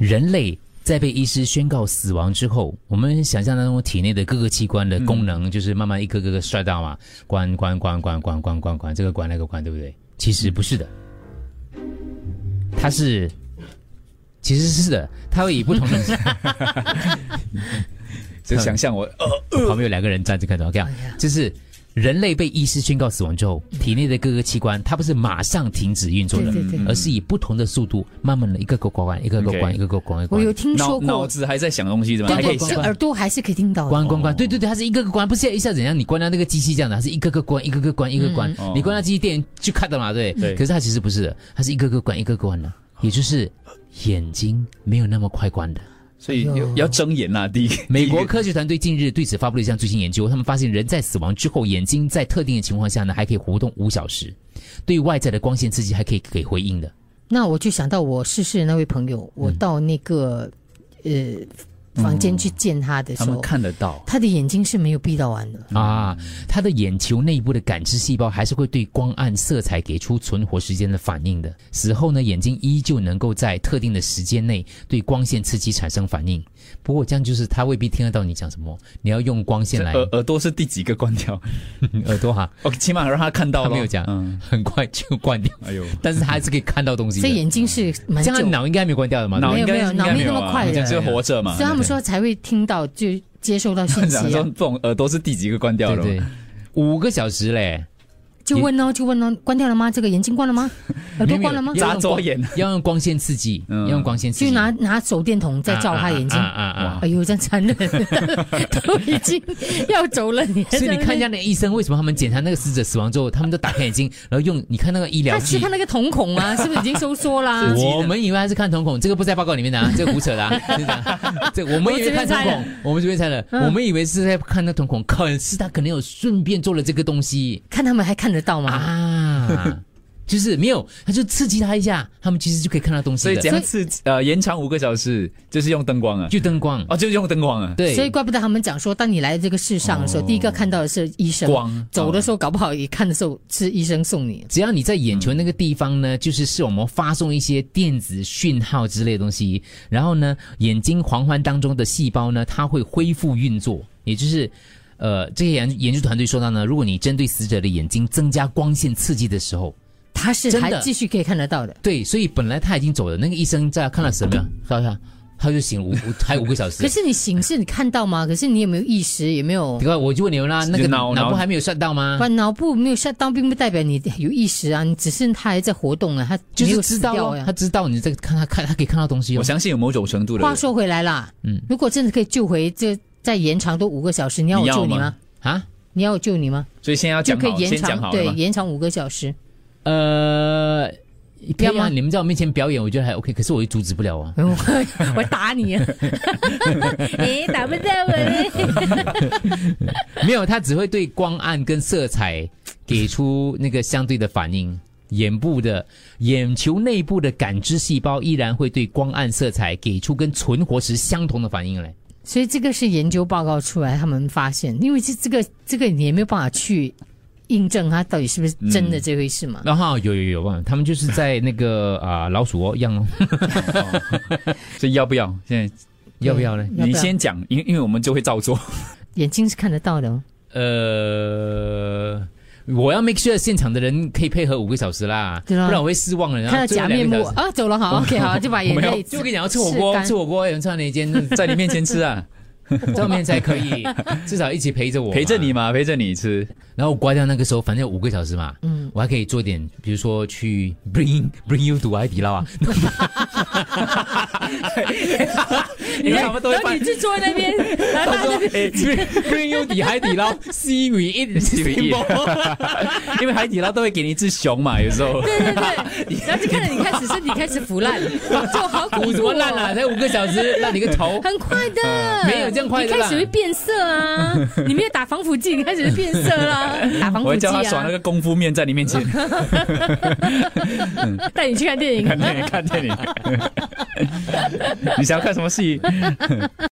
人类在被医师宣告死亡之后，我们想象当中体内的各个器官的功能就是慢慢一个个衰到嘛，关，这个关那个关，对不对？其实不是的，其实是的，它会以不同的就想象我旁边有2个人站着看着 ，OK， 就是人类被医师宣告死亡之后，体内的各个器官它不是马上停止运作的，而是以不同的速度，慢慢的一个个关，一个个关，一个个关。 我有听说过， 脑子还在想东西，怎么还可以想？ 耳朵还是可以听到的。 关，对，它是一个个关，不是一下怎样？你关到那个机器这样的，它是一个个关，一个个关，一个关。你关到机器电就看到了嘛，对。可是它其实不是的，它是一个个关，一个个关的，也就是眼睛没有那么快关的。 所以要睁眼啦，第一。 美国科学团队近日对此发布了一项最新研究，他们发现人在死亡之后，眼睛在特定的情况下呢，还可以活动5小时，对外在的光线刺激还可以给回应的。 那我就想到我逝世的那位朋友，我到那个房间去见他的时候， 他们看得到他的眼睛是没有闭到完的啊，他的眼球内部的感知细胞还是会对光暗色彩给出存活时间的反应的。死后呢，眼睛依旧能够在特定的时间内对光线刺激产生反应。不过这样就是他未必听得到你讲什么，你要用光线来。 耳朵是第几个关掉？ 耳朵哈， 起码让他看到了。 他没有讲，很快就关掉。哎呦，但是他还是可以看到东西的。 所以眼睛是蛮久， 这样脑应该没有关掉的嘛？ 没有，脑没那么快的， 就是活着嘛。 所以他们说才会听到就接收到信息。 这种耳朵是第几个关掉了？ 对，5个小时嘞。 就问哦，关掉了吗？这个眼睛关了吗？耳朵关了吗？ 眨左眼， 要用光线刺激，要用光线刺激， 就拿手电筒在照他眼睛。哎呦，这样残忍，都已经要走了，你。 所以你看一下那医生，为什么他们检查那个死者死亡之后，他们都打开眼睛，然后用你看那个医疗机， 他是看那个瞳孔啊，是不是已经收缩啦？ 我们以为他是看瞳孔，这个不在报告里面的啊，这个胡扯的啊，这我们以为看瞳孔，我们这边猜的，我们以为是在看那瞳孔，可是他可能有顺便做了这个东西， 看他们还看得到吗？ 就是没有，他就刺激他一下，他们其实就可以看到东西的。 所以怎样延长5个小时，就是用灯光啊， 就灯光哦，就是用灯光啊。 对， 所以怪不得他们讲说，当你来这个世上的时候，第一个看到的是医生， 光走的时候搞不好也看的时候是医生送你。 只要你在眼球那个地方呢，就是我们发送一些电子讯号之类的东西，然后呢，眼睛黄环当中的细胞呢，它会恢复运作，也就是。这些研究团队说到呢，如果你针对死者的眼睛增加光线刺激的时候， 他是还继续可以看得到的。 对，所以本来他已经走了，那个医生在看了什么？他就醒还5个小时。 可是你醒是你看到吗？可是你有没有意识？有没有？ 对吧？我就问你们啦，那个脑部还没有shut down吗？ 不，脑部没有shut down，并不代表你有意识啊，你只是他还在活动啊，他就是知道呀，他知道你在看他可以看到东西。 我相信有某种程度的。 话说回来啦，如果真的可以救回这。再延长多5个小时，你要我救你吗？ 啊， 你要我救你吗？ 所以先要讲好， 先讲好， 对，延长5个小时。 不要吗？你们在我面前表演，我觉得还 OK， 可是我也阻止不了啊。 我打你啊！打不到我。 没有，他只会对光暗跟色彩给出那个相对的反应。眼球内部的感知细胞依然会对光暗色彩给出跟存活时相同的反应嘞。 所以这个是研究报告出来，他们发现，因为这个你也没有办法去印证它到底是不是真的这回事嘛。 然后有，他们就是在那个老鼠样哦。 所以要不要？现在要不要呢？ 你先讲，因为我们就会照做。 眼睛是看得到的哦。我要 make sure 现场的人可以配合5个小时啦，不然我会失望了。 看到假面目啊，走了好 ，OK 好，就把眼泪。 就跟你讲要吃火锅，有人在那间在你面前吃啊， 在我面前才可以，至少一起陪着我， 陪着你嘛，陪着你吃。 然后我刮掉那个时候，反正有5个小时嘛，我还可以做一点，比如说去 bring you to 海底捞啊。 然后你去坐在那边，然后他 bring you to 海底捞 see we eat， 因为海底捞都会给你一只熊嘛，有时候。 对，然后就看着你开始身体开始腐烂，就好恐怖。 腐怎么烂了？才5个小时，烂你个头！ 很快的， 没有这样快的啦。 你开始会变色啊，你没有打防腐剂，你开始会变色啦。打防腐剂啊！ 我会叫他耍那个功夫面在你面前， 带你去看电影， 看电影。你想要看什么戏？